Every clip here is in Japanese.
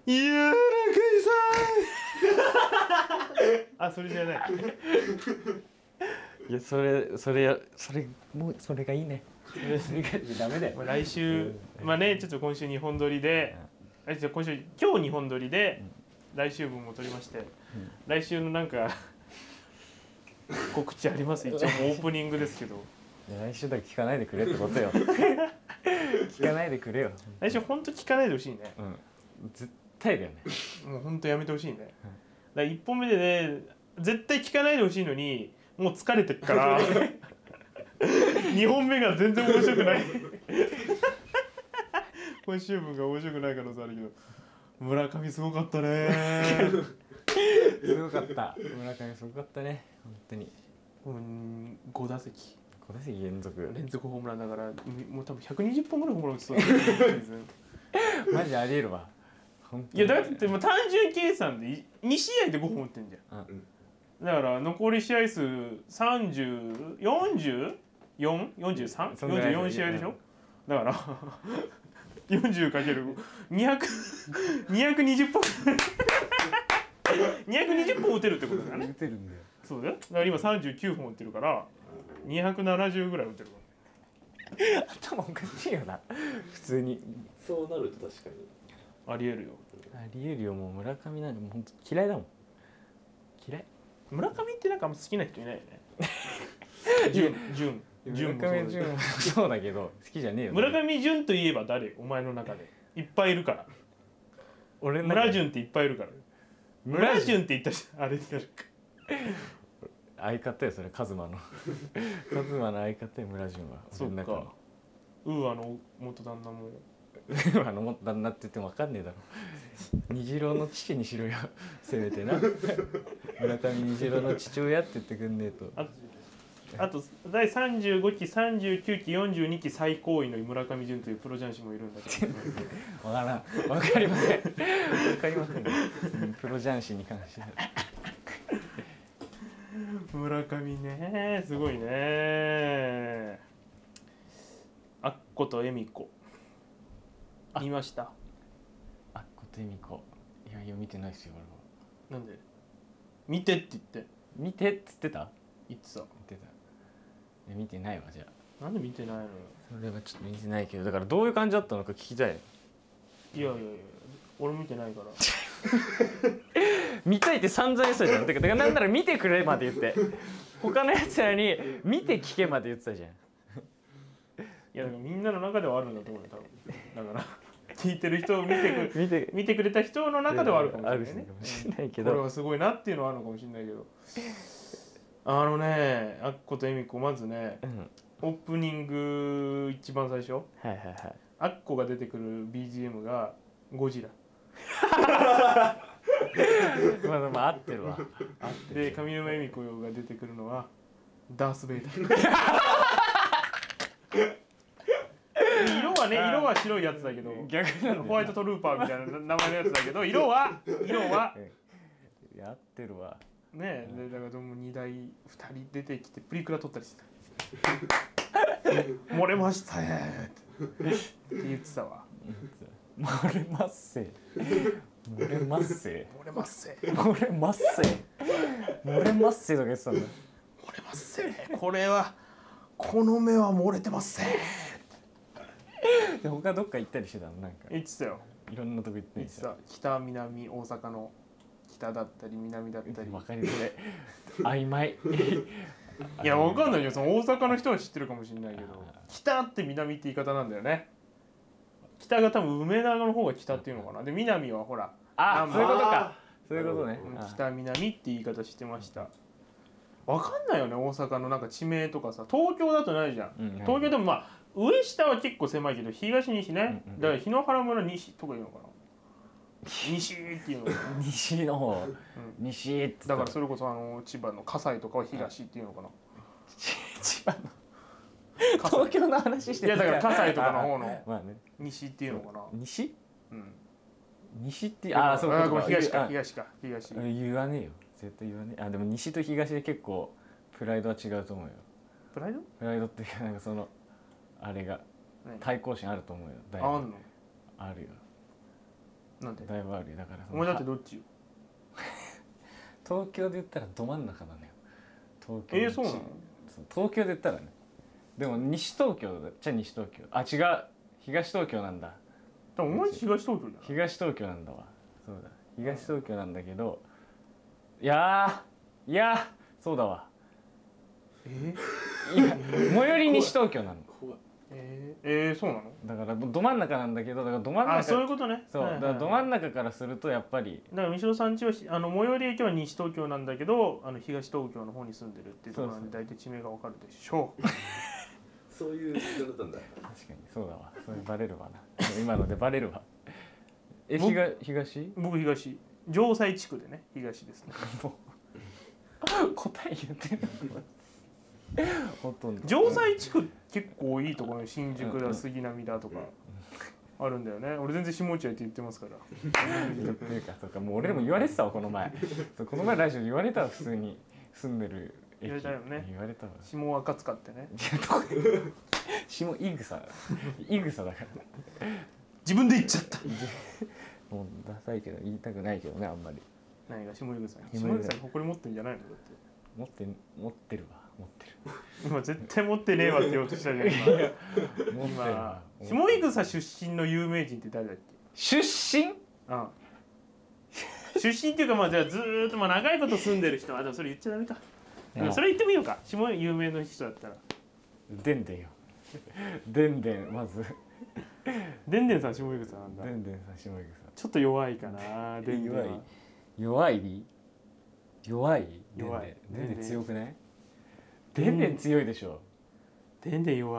柔らかいさあ、それじゃない。 いや、それもうそれがいいね。それがダメだよ。 来週、まあね、ちょっと今週2本撮りで、今日2本撮りで、来週分も撮りまして、来週のなんか告知あります？一応もうオープニングですけど。 来週だけ聞かないでくれってことよ。聞かないでくれよ。 来週本当聞かないでほしいね。 絶対だよね。 もう本当やめてほしいね。だから1本目でね、絶対聞かないでほしいのに、もう疲れてっから2本目が全然面白くない今週分が面白くない可能性あるけど、村上すごかったねすごかった。村上すごかったね。本当に。 5打席連続ホームランだから、もう多分120本ぐらいホームラン打ちそうだマジありえるわ。 いやだってもう単純計算で2試合で5本打ってんじゃん。だから残り試合数44試合でしょ。だから40×220本220本打てるってことだね。 打てるんだよ。 そうだよ。だから今39本打ってるから270ぐらい打ってるから。 頭おかしいよな。普通に。 そうなると確かにありえるよ。 ありえるよ。もう村上なんかもう本当嫌いだもん。嫌い。 村上ってなんかあんま好きな人いないよね。潤村上潤もそうだけど好きじゃねえよ。 村上潤といえば誰？お前の中でいっぱいいるから。 俺の村潤っていっぱいいるから。村潤って言ったし、あれってやるか。 相方よそれ。カズマの相方よ村潤は。 そっか。ウーアの元旦那も。 元旦那って言っても分かんねえだろ。虹郎の父にしろよせめてな。村上虹郎の父親って言ってくんねえと。 あと第35期39期42期最高位の村上潤というプロ雀士もいるんだけど分かりませんね、プロ雀士に関しては。 村上ね、すごいね。あっこと恵美子見ました？ あっこと恵美子、いや見てないっすよ俺は。 なんで？見てって言って。 見てっつってた？ 言ってた。 見てないわ。じゃあなんで見てないのよ。 それはちょっと見てないけど、だからどういう感じだったのか聞きたい。 いや俺見てないから見たいって散々言ってたじゃん。だからなんなら見てくれまで言って、他のやつらに見て聞けまで言ってたじゃん。 いやだからみんなの中ではあるんだと思うよ多分。だから聞いてる人を見てくれた人の中ではあるかもしれないね。これはすごいなっていうのはあるのかもしれないけど、あのね、あっこと恵美子、まずね、オープニング一番最初、あっこが出てくる BGM がゴジラ。 まあ合ってるわ。 で上沼恵美子が出てくるのはダース・ベイダー。色は白いやつだけど、ホワイトトルーパーみたいな名前のやつだけど、色はやってるわね。でだからもう2人出てきてプリクラ撮ったりしてた。漏れましたねって言ってたわ。 漏れますせ漏れますせ漏れますせ漏れますせ漏れますせとか言ってたんだ。 漏れますせ、これはこの目は漏れてますせ。 で他どっか行ったりしてたの？なんか言ってたよ。 いろんなとこ行ってんさ、北南大阪の北だったり南だったり。 分かりづらい曖昧。 いや分かんないよ。その大阪の人は知ってるかもしれないけど、北って南って言い方なんだよね。北が多分梅田の方が北っていうのかな。で南はほら、 そういうことか。そういうことね。 北南って言い方してました。分かんないよね、大阪のなんか地名とかさ。東京だとないじゃん。東京でもまあ上下は結構狭いけど、東西ね。だから檜原村西とかいうのかな。西っていうのかな。 西の方、西ってだからそれこそ千葉の葛西とかは東っていうのかな。 千葉の東京の話してる。いやだから葛西とかの方の西っていうのかな。 西？西って、 そうか。東か。 言わねえよ。絶対言わねえ。でも西と東で結構プライドは違うと思うよ。 プライド？ プライドっていうかなんかそのあれが対抗心あると思うよ。 あんの？ あるよ。 なんでだいぶあるよ。だからお前だってどっちよ。 東京で言ったらど真ん中なのよ。東京そうなの。 東京で言ったらね。でも西東京だっちゃ西東京。あ違う、東東京なんだ。 お前東東京じゃん。 東東京なんだわ。そうだ、東東京なんだけど、いやそうだわ。いや最寄り西東京なの。 そうなの。 だからど真ん中なんだけど、だからど真ん中、 そういうことね。 そう、だからど真ん中からするとやっぱり、 だから三代さんちは最寄り駅は西東京なんだけど、東東京の方に住んでるっていうところなんで大体地名がわかるでしょう。 そういう人だったんだ。 確かにそうだわ。それバレるわな。今のでバレるわ。東？ 僕東。城西地区でね、東ですね。 答え言ってる。ほとんど。 城西地区結構いいところね。新宿だ、杉並だとかあるんだよね。俺全然下落合って言ってますから。 っていうか、そうか、もう俺らも言われてたわこの前。この前ラジオで言われたわ、普通に住んでる駅。 言われたよね。 言われたわ。 下赤塚ってね。 下いぐさだから。 自分で言っちゃった。 もうダサいけど言いたくないけどね、あんまり。 何が下井草に。下井草に誇り持ってんじゃないのだって。 持ってるわ。持ってる。 今絶対持ってねえわって言おうとしたじゃん。今下井草出身の有名人って誰だっけ。 出身？ 出身っていうか、まあじゃあずーっと長いこと住んでる人は、でもそれ言っちゃダメか。それ言ってみようか。下井有名の人だったら。 でんでんよ。でんでんまず。 でんでんさん下井草なんだ。 でんでんさん下井草。 ちょっと弱いかな。でんでんは。 弱い。でんでん強くない？でんでん強いでしょ。 でんでん弱い。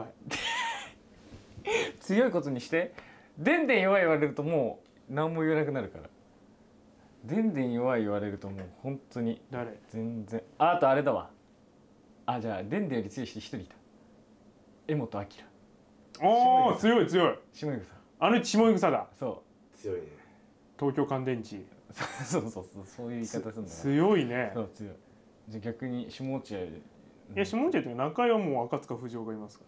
強いことにして。でんでん弱い言われるともう何も言えなくなるから。でんでん弱い言われるともう本当に誰？ 全然。あとあれだわ。じゃあでんでんより強い人一人いた。江本明。 おお、強い。 下井草。 下井草だ。 そう。 強いね。 東京乾電池。 そういう言い方するんだから。 強いね。 そう強い。じゃあ逆に下落合。 いや下落合って中井はもう赤塚不二夫がいますから。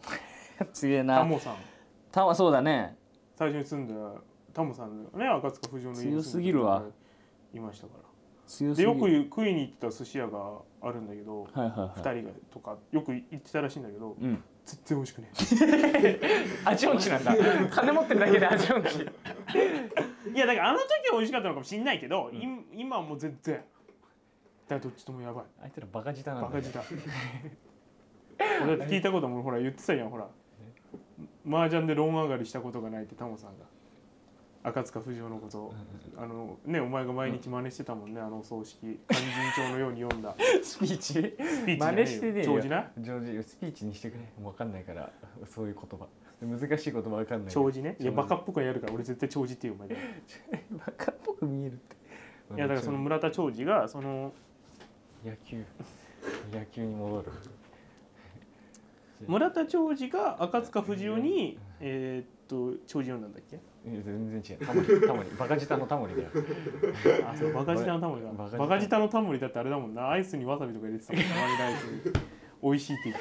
強えな。 タモさん。 そうだね。 最初に住んだタモさんがね、赤塚不二夫の家に強すぎるわ。 いましたから。 強すでよく食いに行った寿司屋があるんだけど、2人がとかよく行ってたらしいんだけど、全然美味しくねえ。 味音痴なんだ。金持ってるだけで味音痴。 いやだからあの時は美味しかったのかもしれないけど、今はもう全然。だからどっちともやばい。 あいつらバカ舌なんだ。 バカ舌。俺だって聞いたこともほら言ってたじゃん、ほら。麻雀でローン上がりしたことがないってタモさんが。赤塚不二夫のことね、お前が毎日真似してたもんね、あのお葬式勧進帳のように読んだスピーチ真似してねえよ。長寿なスピーチにしてくれ。分かんないからそういう言葉難しい言葉分かんない。 長寿ね。いやバカっぽくやるから俺絶対長寿って言うお前で。 バカっぽく見えるって。 いやだからその村田長治がその野球に戻る。 村田長治が赤塚不二夫に長寿読んだんだっけ。 いや全然違う。タモリバカ舌のタモリだよ。 そうバカ舌のタモリだ。バカ舌のタモリだってあれだもんな。アイスにわさびとか入れてたもんな。アイスに美味しいって言って。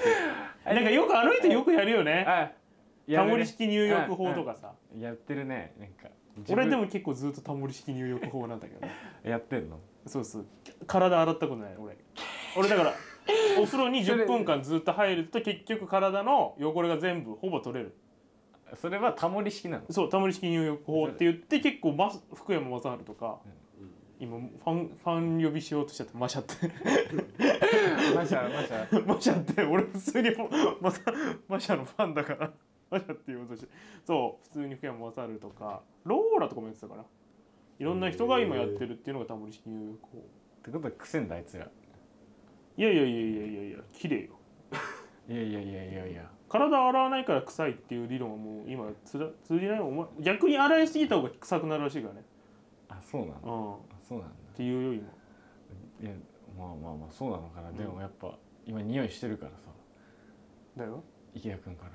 なんかよくあの人よくやるよね。タモリ式入浴法とかさ。 やってるね。なんか俺でも結構ずっとタモリ式入浴法なんだけどね。 やってんの？ そう体洗ったことない俺だからお風呂に10分間ずっと入ると結局体の汚れが全部ほぼ取れる。 それはタモリ式なの？ そうタモリ式入浴法って言って結構福山雅治とか、今ファン呼びしようとしちゃってマシャってマシャって俺普通にマシャのファンだからマシャって言おうとして、そう普通に福山雅治とかローラとかもやってたから、いろんな人が今やってるっていうのがタモリ式入浴法ってことは癖んだあいつら。 いや綺麗よ。 いや体洗わないから臭いっていう理論はもう今通じないよ。お前逆に洗いすぎた方が臭くなるらしいからね。 そうなの？そうなんだっていうよ今。 いやまあそうなのかな。でもやっぱ今匂いしてるからさ。 だよ池谷君から。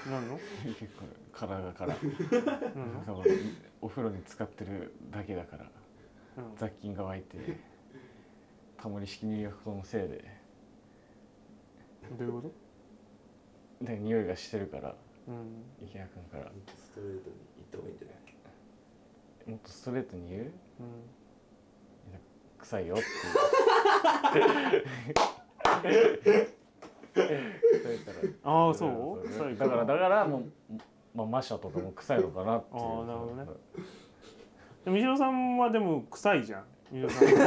何の？ 体からお風呂に使ってるだけだから、雑菌が湧いてタモリ式入浴法のせいで。 どういうこと？ で匂いがしてるから、池谷君からストレートに行った方がいいんじゃない？ もっとストレートに言う、 うん、 臭いよってああそう臭いだからもう、まあ、マシャとかも臭いのかなっていう。 ああなるほどね。みしろさんはでも臭いじゃん。みしろさん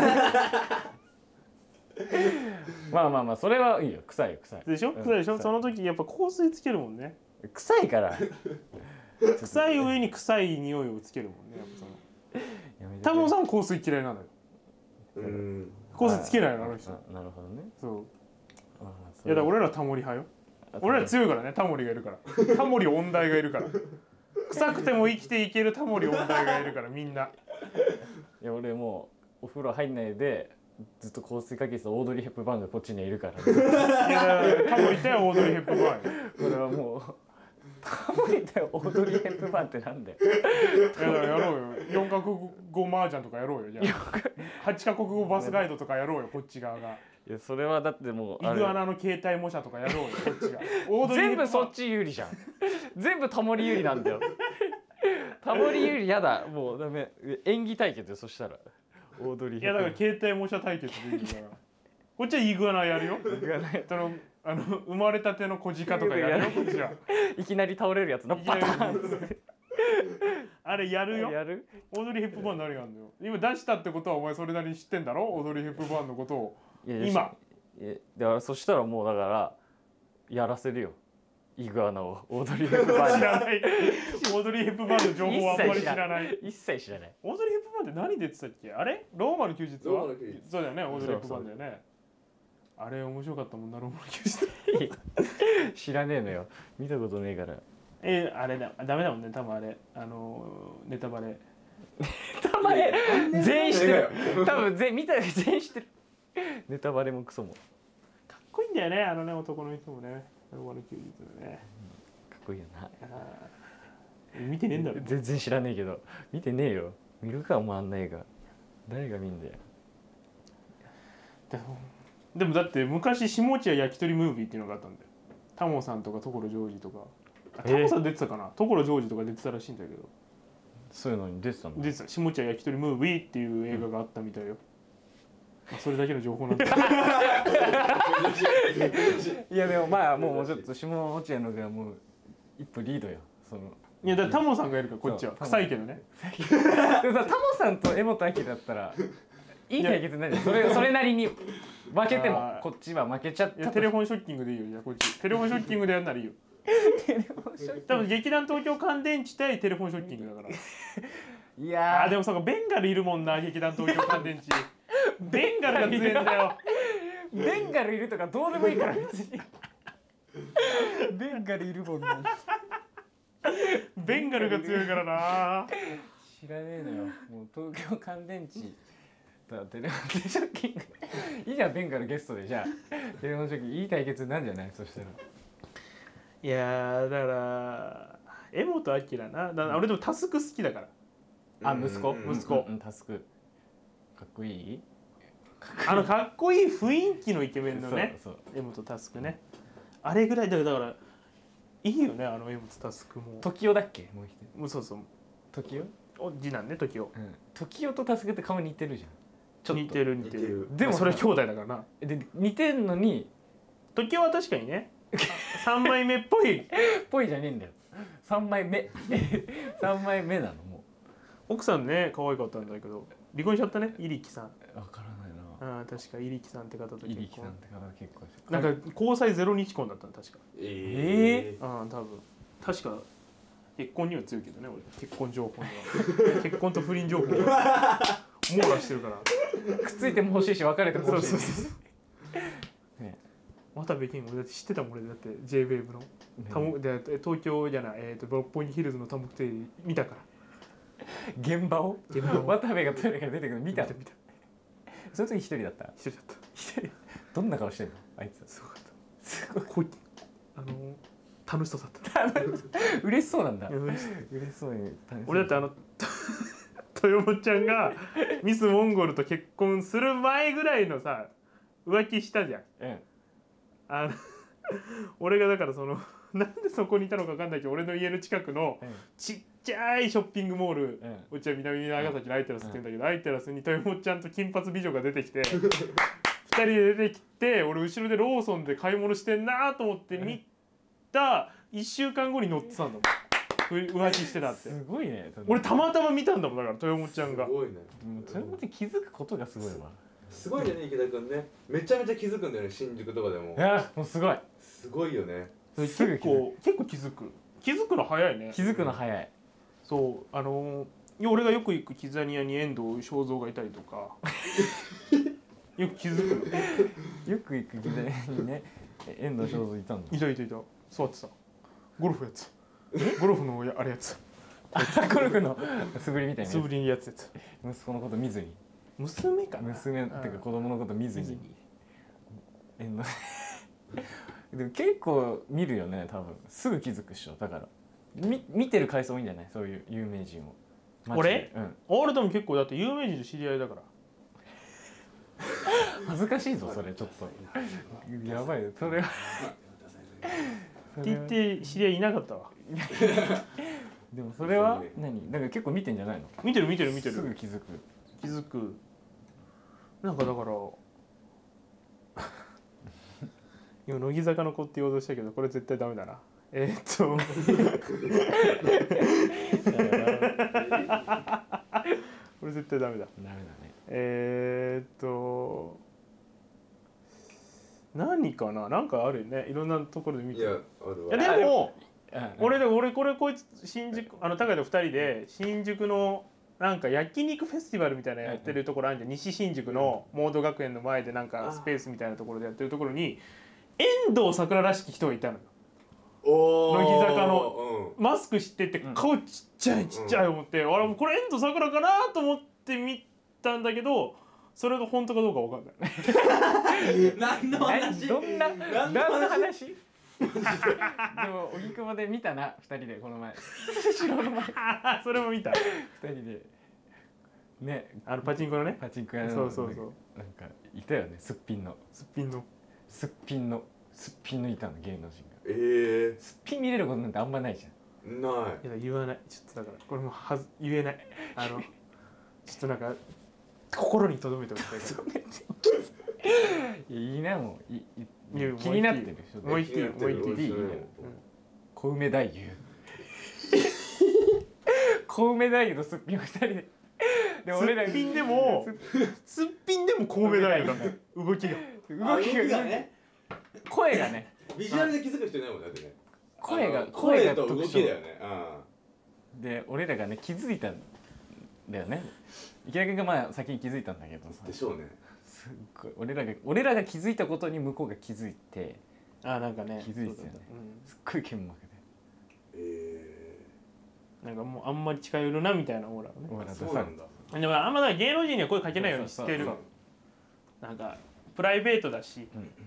まあまあまあそれはいいよ、臭いよ臭いでしょ、臭いでしょ。その時やっぱ香水つけるもんね。 臭いから臭い上に臭い匂いをつけるもんね。やっぱそのタモさん香水嫌いなのよ。香水つけないのあの人。 なるほどね。 そういやだから俺らタモリ派よ。俺ら強いからね、タモリがいるから。タモリ音大がいるから。臭くても生きていけるタモリ音大がいるからみんな。 いや俺もうお風呂入んないでずっと香水かけてたオードリー・ヘップバーンがこっちにいるから、 いやタモリってオードリー・ヘップバーンよ。 これはもうタモリってオードリー・ヘップバーンってなんだよ。 いやだからやろうよ。4カ国語麻雀とかやろうよ。じゃあ8カ国語バスガイドとかやろうよこっち側が。 いやそれはだってもうイグアナの携帯模写とかやろうよこっちが。 全部そっち有利じゃん。全部タモリ有利なんだよ。タモリ有利やだ、もうダメ。演技対決よそしたら。オードリー。 いやだから携帯模写対決でいいから。こっちはイグアナやるよ。生まれたての小鹿とかやるよこっちは。 いきなり倒れるやつのパターン。 あれやるよ。 やる？ オードリー・ヘップバーン何があるんだよ。今出したってことはお前それなりに知ってんだろ。オードリー・ヘップバーンのことを。今。 だからそしたらもうだからやらせるよ。イグアナをオードリー・ヘップバーン知らない。オードリー・ヘップバーンの情報はあんまり知らない。 一切知らない。 オードリー・ヘップバーンって何出てたっけ？あれ？ローマの休日は？そうだよね。オードリー・ヘップバーンだよね。あれ面白かったもんな、ローマの休日。 知らねえのよ。見たことねえから。 あれだ、ダメだもんね。多分あれネタバレ。 ネタバレ全員知ってる。多分見たら全員知ってる。ネタバレもクソも。 かっこいいんだよね、あのね男の人もね。ローマの休日のね。 かっこいいよな。 見てねえんだろ。 全然知らねえけど。見てねえよ。見るかもあんな映画。誰が見んだよ。 でもだって昔下落合焼き鳥ムービーっていうのがあったんだよ。タモさんとか所ジョージとか。タモさん出てたかな。所ジョージとか出てたらしいんだけど。 そういうのに出てたの？ 出てた。下落合焼き鳥ムービーっていう映画があったみたいよ。それだけの情報なんだ。 いやでもまあもうちょっと下落合のがもう一歩リードよ。 いやだからタモさんがいるからこっちは臭いけどね。 でもさタモさんと柄本明だったらいい対決になる。それなりに負けてもこっちは負けちゃった。 テレフォンショッキングでいいよ。じゃあこっちテレフォンショッキングでやんならいいよ。多分劇団東京乾電池対テレフォンショッキングだから。 いやでもそうかベンガルいるもんな劇団東京乾電池。ベンガルが強いんだよ。 ベンガルいるとかどうでもいいから別に。ベンガルいるもんな。 ベンガルが強いからな。 知らねえのよ。もう東京乾電池とテレフォンショッキング。いいじゃんベンガルゲストでじゃあ。テレフォンショッキングいい対決なんじゃない？そしたら。 いやだから柄本明な。俺でもタスク好きだから。 息子。タスク。かっこいい？ かっこいい雰囲気のイケメンのね。柄本タスクね。あれぐらいだからいいよね、柄本タスクも。 時代だっけ？もう一人。そうそう。 時代？ 次男ね、時代。 時代とタスクって顔似てるじゃん。 ちょっと似てる。 でもそれ兄弟だからな。 で似てんのに時代は確かにね。3枚目っぽい。 ぽいじゃねえんだよ。3枚目。3枚目なのもう。奥さんね、可愛かったんだけど離婚しちゃったね、入木さん。 わからないな。 確か入木さんって方と結婚。 入木さんって方結婚して。 なんか交際0日婚だったの確か。多分確か結婚には強いけどね、俺結婚情報には。結婚と不倫情報が網羅してるから。 くっついても欲しいし別れても欲しい。 渡部健、俺だって知ってたもん。俺だって J-WAVE の東京じゃない、六本木ヒルズの多目的見たから。 現場を渡部がトイレから出てくるの見た。その時一人だった。 一人。 どんな顔してるのあいつ？ すごかった。すごい楽しそうだった。 嬉しそうなんだ。嬉しそうに。 俺だって豊本ちゃんがミスモンゴルと結婚する前ぐらいのさ浮気したじゃん。俺がだからなんでそこにいたのか分かんないけど、俺の家の近くのちっちゃいショッピングモール、うちは南長崎のアイテラスって言うんだけど、アイテラスに豊本ちゃんと金髪美女が出てきて2人で出てきて、俺後ろでローソンで買い物してんなと思って見た1週間後に乗ってたんだもん。浮気してたって。 すごいね。 俺たまたま見たんだもん。だから豊本ちゃんがすごいね。 豊本気づくことがすごいわ。 すごいよね、池田君ね。めちゃめちゃ気づくんだよね、新宿とかでも。 いやもうすごい。 すごいよね。 結構気づくの早いね。 気づくの早い。 そう俺がよく行くキザニアに遠藤正蔵がいたりとかよく気づくの。 よく行くキザニアにね遠藤正蔵いたんだ。 いた座ってた。ゴルフやつ。ゴルフのあれやつ。 ゴルフの素振りみたいな。 素振りやつ。 息子のこと見ずに。 娘かな。 娘ってか子供のこと見ずに。でも結構見るよね、多分すぐ気づくっしょ。だから見てる回数多いんじゃない、そういう有名人を。 俺？俺でも結構だって有名人と知り合いだから。 恥ずかしいぞそれちょっと。やばいよそれは。 って言って知り合いいなかったわ。 でもそれは何？だから結構見てんじゃないの？ 見てる。 すぐ気づく。 なんかだから今乃木坂の子って言おうとしたけど、これ絶対ダメだな。これ絶対ダメだ。ね。何かな、なんかあるよね。いろんなところで見てる。いやでも俺こいつ新宿高谷と2人で新宿のなんか焼肉フェスティバルみたいなやってるところあるじゃん。西新宿のモード学園の前でなんかスペースみたいなところでやってるところに遠藤さくららしき人がいたのよ。乃木坂のマスクしてて顔ちっちゃい思って、あれこれ遠藤さくらかなと思って見たんだけど、それが本当かどうか分かんない。 何の話？ どんな話？でも荻窪で見たな、2人でこの前。城の前。 それも見た。2 人でね、 パチンコのね。 パチンコ屋の。そう。なんかいたよね、すっぴんのいたの芸能人が。すっぴん見れることなんてあんまないじゃん。ない。 いや言わない。ちょっとだからこれも言えない。ちょっとなんか心に留めておきたいから。 いいな、もう気になってる人で。 もう言っていい。 小梅太夫。小梅太夫のすっぴんを2人で。 で俺らすっぴんでも小梅太夫だね。動きがね。 声がね。 ビジュアルで気づく人いないもんだってね。 声と動きだよね。 で俺らがね気づいたんだよね。池田君がまあ先に気づいたんだけどさ。 でしょうね。 すっごい俺らが気づいたことに向こうが気づいて。 なんかね。 気づいてたよね。すっごい剣幕で。 なんかもうあんまり近寄るなみたいなオーラをね。 そうなんだ。 でもあんまだ芸能人には声かけないようにしてる。なんかプライベートだし。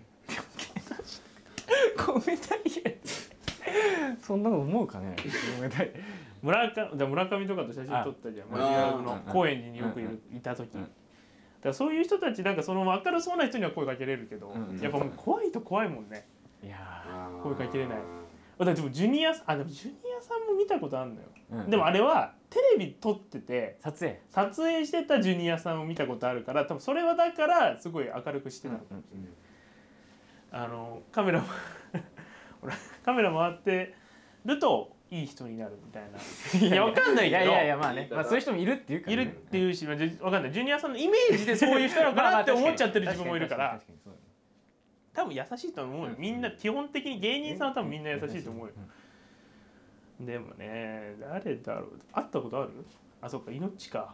ごめんなさい。そんなの思うかね。 村上とかと写真撮ったじゃん。マジラブの高円寺によくいた時。だからそういう人たちなんかその明るそうな人には声かけれるけど、やっぱもう怖いと怖いもんね。 いや声かけれない。でもジュニアさんも見たことあるのよ。でもあれはテレビ撮ってて撮影してたジュニアさんを見たことあるから、多分それはだからすごい明るくしてたのかもしれない。カメラ回ってるといい人になるみたいな。いやわかんないけど。 いやまあね。まあそういう人もいるっていうから。 いるっていうし、わかんない。ジュニアさんのイメージでそういう人なのかなって思っちゃってる自分もいるから。多分優しいと思うよ。みんな基本的に芸人さんは多分みんな優しいと思うよ。でもね、誰だろう。会ったことある？そっか、命か。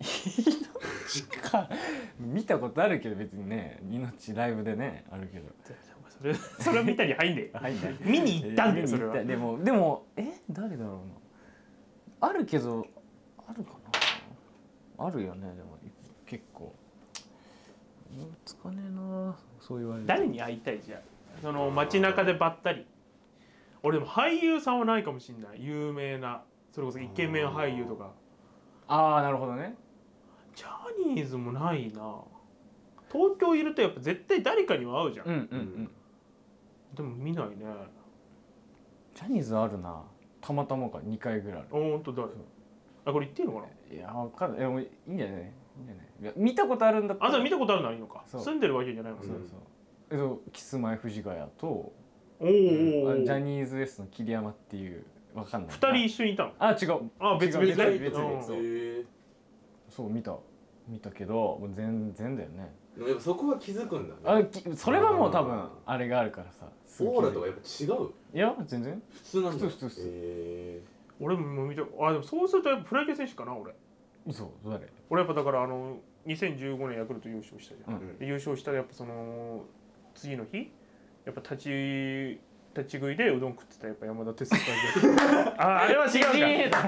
見たことあるけど別にね、命ライブでねあるけど。 それは見たに入んねえ。見に行ったんだよそれは。 でも誰だろうな。あるけどあるかな。あるよね。でも結構。つかねえな。そう言われる。 誰に会いたいじゃん。その街中でばったり。俺でも俳優さんはないかもしれない。有名な、それこそイケメン俳優とか。 なるほどね。 ジャニーズもないな。東京いるとやっぱ絶対誰かには会うじゃん。でも見ないね。 ジャニーズあるな。たまたまか2回ぐらいある。 ほんと誰？あ、これ言っていいのかな。 いやわかんない。もういいんじゃない？いいんじゃない。いや見たことあるんだったら。 あ、じゃあ見たことあるのはいいのか。 そう住んでるわけじゃないもんね。 そうそう。キスマイ藤ヶ谷とおお。 ジャニーズ WEST の桐山っていうわかんない。 2人一緒にいたの？ あ、違う。 あ、別々で。 別々。そう見たけどもう全然だよね。 でもやっぱそこは気づくんだね。 それはもう多分あれがあるからさ。 オーラとかやっぱ違う？ いや全然普通なんだ。 普通。 俺も見た。あ、でもそうするとやっぱプロ野球選手かな俺。 嘘誰？ 俺やっぱだから2015年ヤクルト優勝したじゃん。で優勝したらやっぱその次の日やっぱ立ち食いでうどん食ってたやっぱ山田哲人さんで。あれは違うか。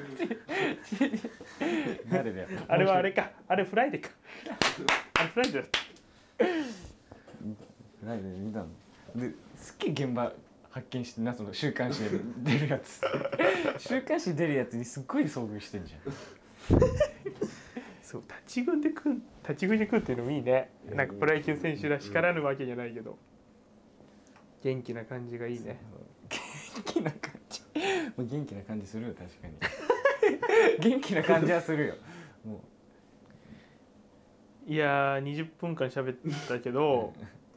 誰だよ。 あれはあれか。あれフライデーか。あれフライデーだった。 フライデー見たの。ですっげえ現場発見してな、その週刊誌で出るやつ。週刊誌出るやつにすっごい遭遇してんじゃん。 そう立ち食いで食うっていうのもいいね。なんかプロ野球選手らしからぬわけじゃないけど元気な感じがいいね。 元気な感じ。もう元気な感じするよ確かに。元気な感じはするよ。もういやー20分間喋ったけど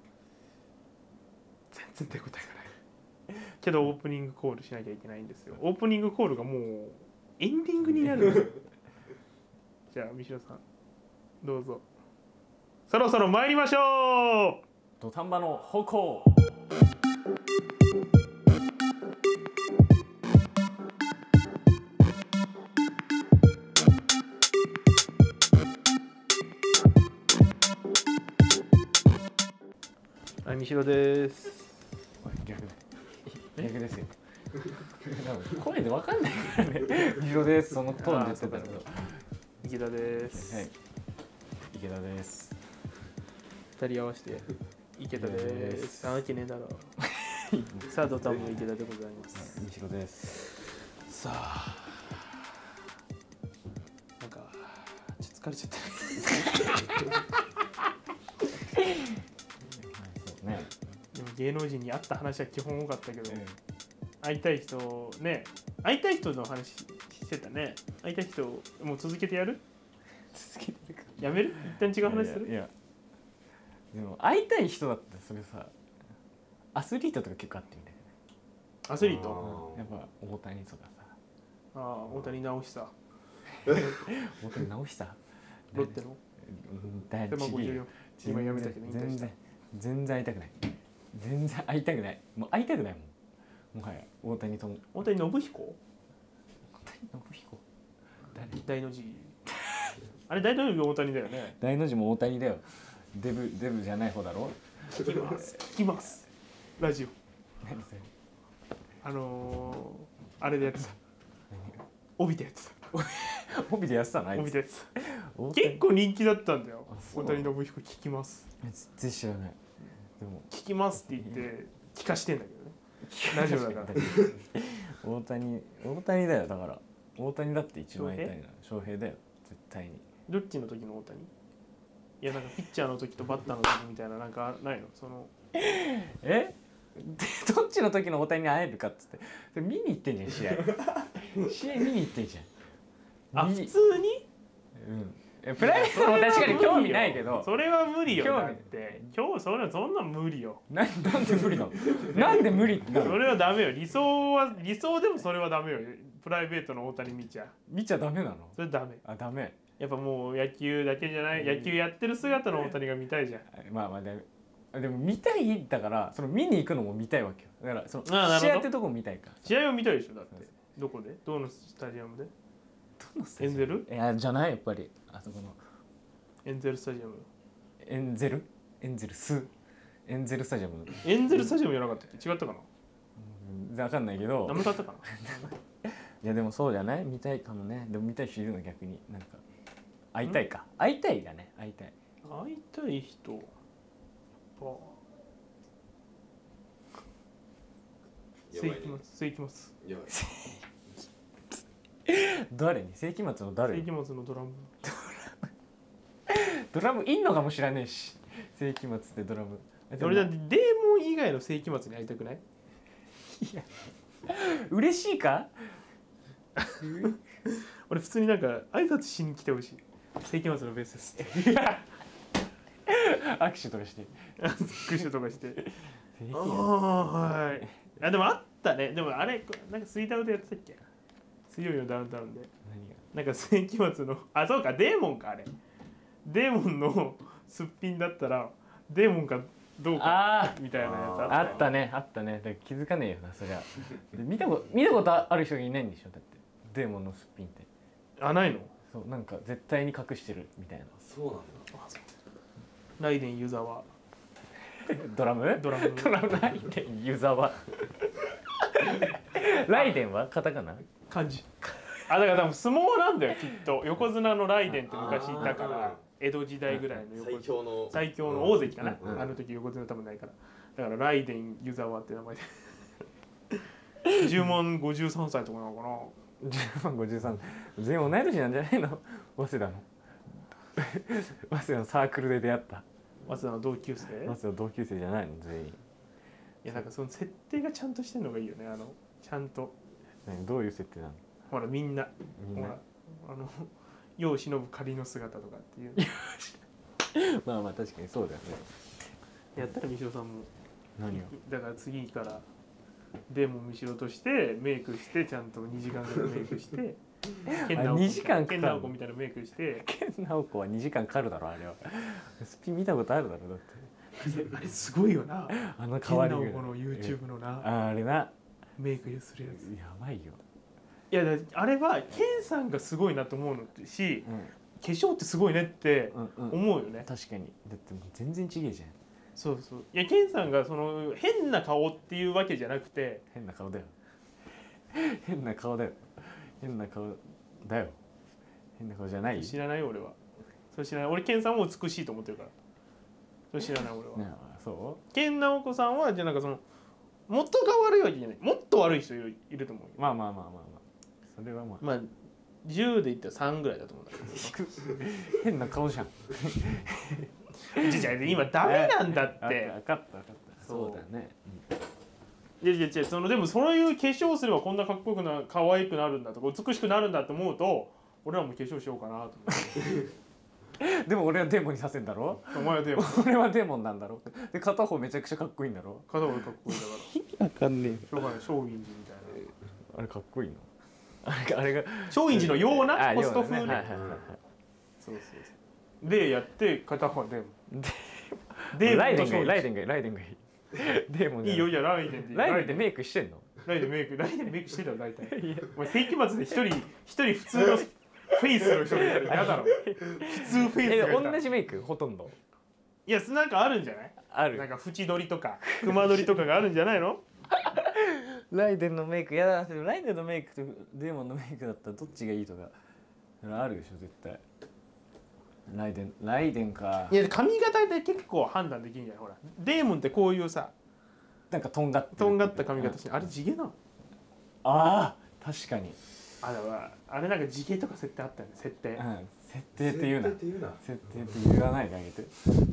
全然手応えがないけどオープニングコールしなきゃいけないんですよ。オープニングコールがもうエンディングになるんですよ。じゃあ三代さんどうぞ。そろそろ参りましょう。 土壇場の歩行。 はい、三代です。 逆ですよ。声でわかんないからね。三代です。そのトーンで言ってたけど。 池田です。 はい。池田です。 二人合わせて池田です。なわけねえだろ。さあ土壇場池田でございます。 三代です。 さあ、なんかちょっと疲れちゃった。 そうね。 でも芸能人に会った話は基本多かったけど、会いたい人ね、会いたい人の話してたね。会いたい人もう続けてやる？ 続けてるか。 やめる？一旦違う話する？ いや。でも会いたい人だったらそれさ、アスリートとか結構会ってみたいな。 アスリート？ やっぱ大谷とかさ。 ああ、大谷直久。 大谷直久。 ロッテの？ 第 54。今やめたけど全然会いたくない。全然会いたくない。もう会いたくないもん。もはや大谷とも。 大谷信彦？ 大谷信彦。誰？ 大の字。あれ大の字大谷だよね。 大の字も大谷だよ。デブじゃない方だろ。 聞きます。ラジオ。 何それ？ あれでやってた。帯でやってた。帯でやってたの？ 帯でやってた。結構人気だったんだよ。大谷信彦聞きます。 全然知らない。でも聞きますって言って聞かしてんだけどね。ラジオだから。 大谷だよ。だから大谷だって一番会いたいな。翔平だよ絶対に。 どっちの時の大谷？いやなんかピッチャーの時とバッターの時みたいななんかないの？そのどっちの時の大谷に会えるかっつって見に行ってんじゃん試合。試合見に行ってんじゃん。 あ、普通に？ うん。プライベートも確かに興味ないけど。 それは無理よ。だって今日そんなん無理よ。 なんで無理なの？なんで無理なの？ それはダメよ。理想でもそれはダメよ。プライベートの大谷見ちゃダメなの？ それダメ。 あ、ダメ。 やっぱもう野球だけじゃない、野球やってる姿の大谷が見たいじゃん。 まあでも見たいだからその見に行くのも見たいわけよ。だからその試合ってとこも見たいから。 試合を見たいでしょだって。どこで？どのスタジアムで？エンゼル？ いやじゃないやっぱりあそこのエンゼルスタジアム。 エンゼルスタジアム。 エンゼルスタジアムじゃなかったっけ？違ったかな？ 分かんないけど。 何もだったかな？ いやでもそうじゃない？見たいかもね。でも見たい人いるの逆になんか会いたいか。会いたいだね。会いたい。 会いたい人。世紀末。 やばい。 誰に？世紀末の誰？ 世紀末のドラム。 ドラムいんのかもしれねえし。世紀末ってドラム。 俺だってデーモン以外の世紀末に会いたくない？ いや嬉しいか？ 俺普通になんか挨拶しに来てほしい。世紀末のベースです握手とかして握手とかして世紀ああはいあでもあったね。でもあれなんかスイートアウトやってたっけ？水曜日のダウンタウンで何がなんか世紀末のそうかデーモンかあれデーモンのすっぴんだったらデーモンかどうかみたいなやつあったねあったね。だから気づかねえよなそりゃ。見たことある人がいないんでしょだって。デーモンのすっぴんってないの？ そうなんか絶対に隠してるみたいな。 そうなんだ。 ライデン湯沢ドラムライデン湯沢ライデンはカタカナ漢字だから多分相撲なんだよきっと。横綱のライデンって昔いたから江戸時代ぐらいの最強の最強の大関かな、 うんあの時横綱多分ないからだからライデン湯沢って名前で10万53歳とかなのかな。 10万53全員同い年なんじゃないの？早稲田の早稲田のサークルで出会った早稲田の同級生。 早稲田の同級生じゃないの全員。 いやなんかその設定がちゃんとしてんのがいいよね。ちゃんとどういう設定なの？ ほらみんなみんなほら世を忍ぶ仮の姿とかっていうまあまあ確かにそうだよね。 やったら三代さんも何を？ だから次からデーモン三代としてメイクしてちゃんと2時間ぐらいメイクして 2時間かかる健直子みたいなメイクして健直子は2時間かかるだろあれは。スピン見たことあるだろだってあれすごいよな。 あの健変わり直子の YouTube のなあれなメイクするやつ。 やばいよ。 いやあれはケンさんがすごいなと思うのし、 うん化粧ってすごいねってうんうん思うよね。 確かにだってもう全然違えじゃん。 そうそう。いやケンさんがその変な顔っていうわけじゃなくて変な顔だよ変な顔だよ変な顔だよ変な顔じゃないよ。 知らないよ俺は。それ知らない。俺ケンさんも美しいと思ってるから。それ知らない俺は。 ねそケン直子さんはじゃあなんかその元が悪いわけじゃない。もっと悪い人いると思うよ。 うまあまあまあまあまあそれはまあまあ10で言ったら3ぐらいだと思うんだけど。 変な顔じゃん。 じゃ今ダメなんだって。 分かった分かったそうだね。 いやそのでもそういう化粧すればこんなかっこよくな可愛くなるんだとか美しくなるんだと思うと俺らも化粧しようかなと思って。 でも俺はデーモンにさせんだろ。 お前はでも俺はデーモンなんだろ。で片方めちゃくちゃかっこいいんだろ。 片方がかっこいいだからわかんねえ。 しょうがない松陰寺みたいな。 あれかっこいいの。あれが松陰寺のようなポスト風ね。 はいはいはいはい。 そうそうでやって片方はでもライデンがいいデーモンいいよ。いやライデンでいい。 ライデンってメイクしてんの？ ライデンメイクしてたよ大体。お前世紀末で一人普通のフェイスの人がいたら嫌だろ。普通フェイスがいたら同じメイクほとんど。 いやなんかあるんじゃない？ ある。 なんか縁取りとか熊取りとかがあるんじゃないの？ ライデンのメイクやだ。ライデンのメイクとデーモンのメイクだったらどっちがいいとかあるでしょ絶対。ライデンか。 いや髪型で結構判断できるんじゃない？ほらデーモンってこういうさなんかとんがった髪型して、あれ地毛なの？ ああ確かに。 だからあれなんか地毛とか設定あったよね。設定、 設定って言うな。 設定って言うな。 設定って言わないであげて。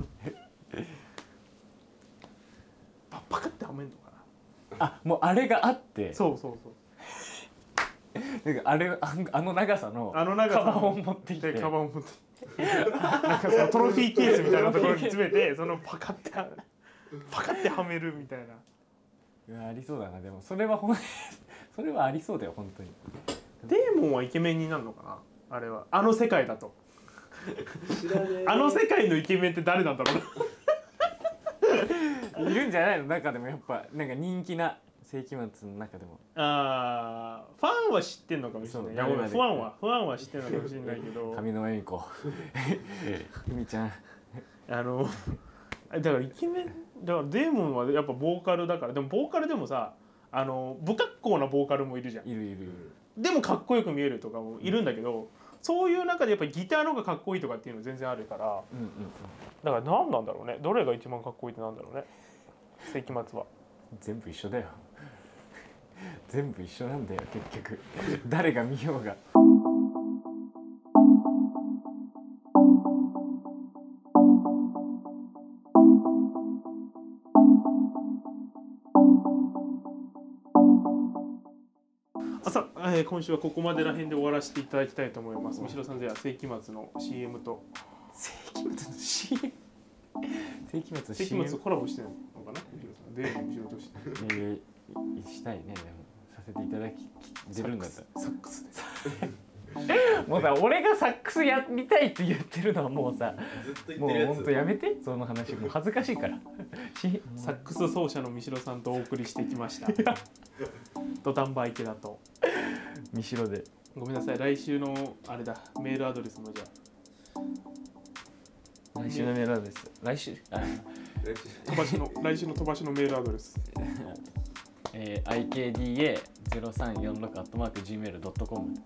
パカってはめんのかあもうあれがあってな。そうなんかあの長さのあの長さのカバンを持ってきてでカバンを持ってなんかそのトロフィーケースみたいなところに詰めてそのパカってはめるみたいな。 いやありそうだな。でもそれはそれはありそうだよ本当に。 デーモンはイケメンになるのかなあれは。あの世界だとあの世界のイケメンって誰なんだろうな。 いるんじゃないの中でもやっぱなんか人気な世紀末の中でも。 ファンは知ってんのかもしれない。いやごめんファンは知ってんのかもしれないけど上沼恵美子由美ちゃんだからイケメンだからデーモンはやっぱボーカルだから。でもボーカルでもさ不格好なボーカルもいるじゃん。 いるでもかっこよく見えるとかもいるんだけど、そういう中でやっぱりギターの方がかっこいいとかっていうの全然あるから、だから何なんだろうね。どれが一番かっこいいってなんだろうね世紀末は。 全部一緒だよ全部一緒なんだよ結局誰が見ようが。 今週はここまでら辺で終わらせていただきたいと思います。むしろさん、じゃあ世紀末の CM と世紀末の CM 世紀末の世 CM 紀末コラボしてるのかな、むしろさんでむしろとしてしたいね。でもさせていただき出るんだったらサックスでもうさ、俺がサックスやりたいって言ってるのはもうさ、 ずっと言っもうてるやつほんとやめて、その話。もう恥ずかしいからサックス奏者の三代さんとお送りしてきました土壇場池田と三代で。 ごめんなさい、来週のあれだ、メールアドレスもじゃあ来週のメールアドレス。来週飛ばしの来週の飛ばしのメールアドレス ikda0346@gmail.com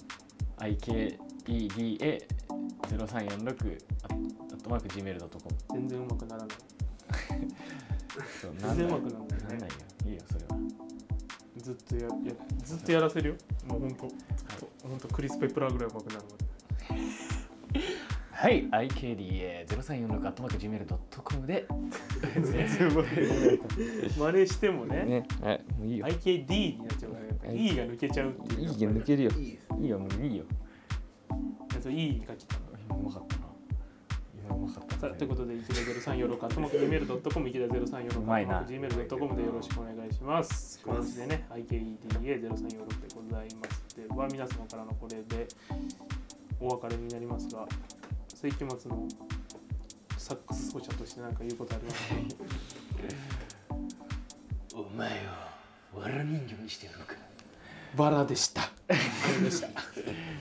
ikeda0346@gmail.com 全然うまくならないそう全然うまくならないなんないよ。いいよそれは。 ずっとやらせるよ。もうほんとクリス・ペプラーぐらいうまくなるまで。 はい、ikda0346@gmail.com で真似してもねね、はい、もういいよ。 IKD になっちゃうからやっぱ E が抜けちゃうっていう。 いいよ、抜けるよ。 いいですいいよ、もういいよ。 そう E に書きたの。 今うまかったな。今うまかった。 さあということで、池田0346@gmail.com、池田0346@gmail.com でよろしくお願いします。このでね、IKEDA0346 でございます。では、皆様からのこれでお別れになりますが、世紀末のサックス奏者として何か言うことありますか？ お前をわら人形にしてやろうか。 バラでした。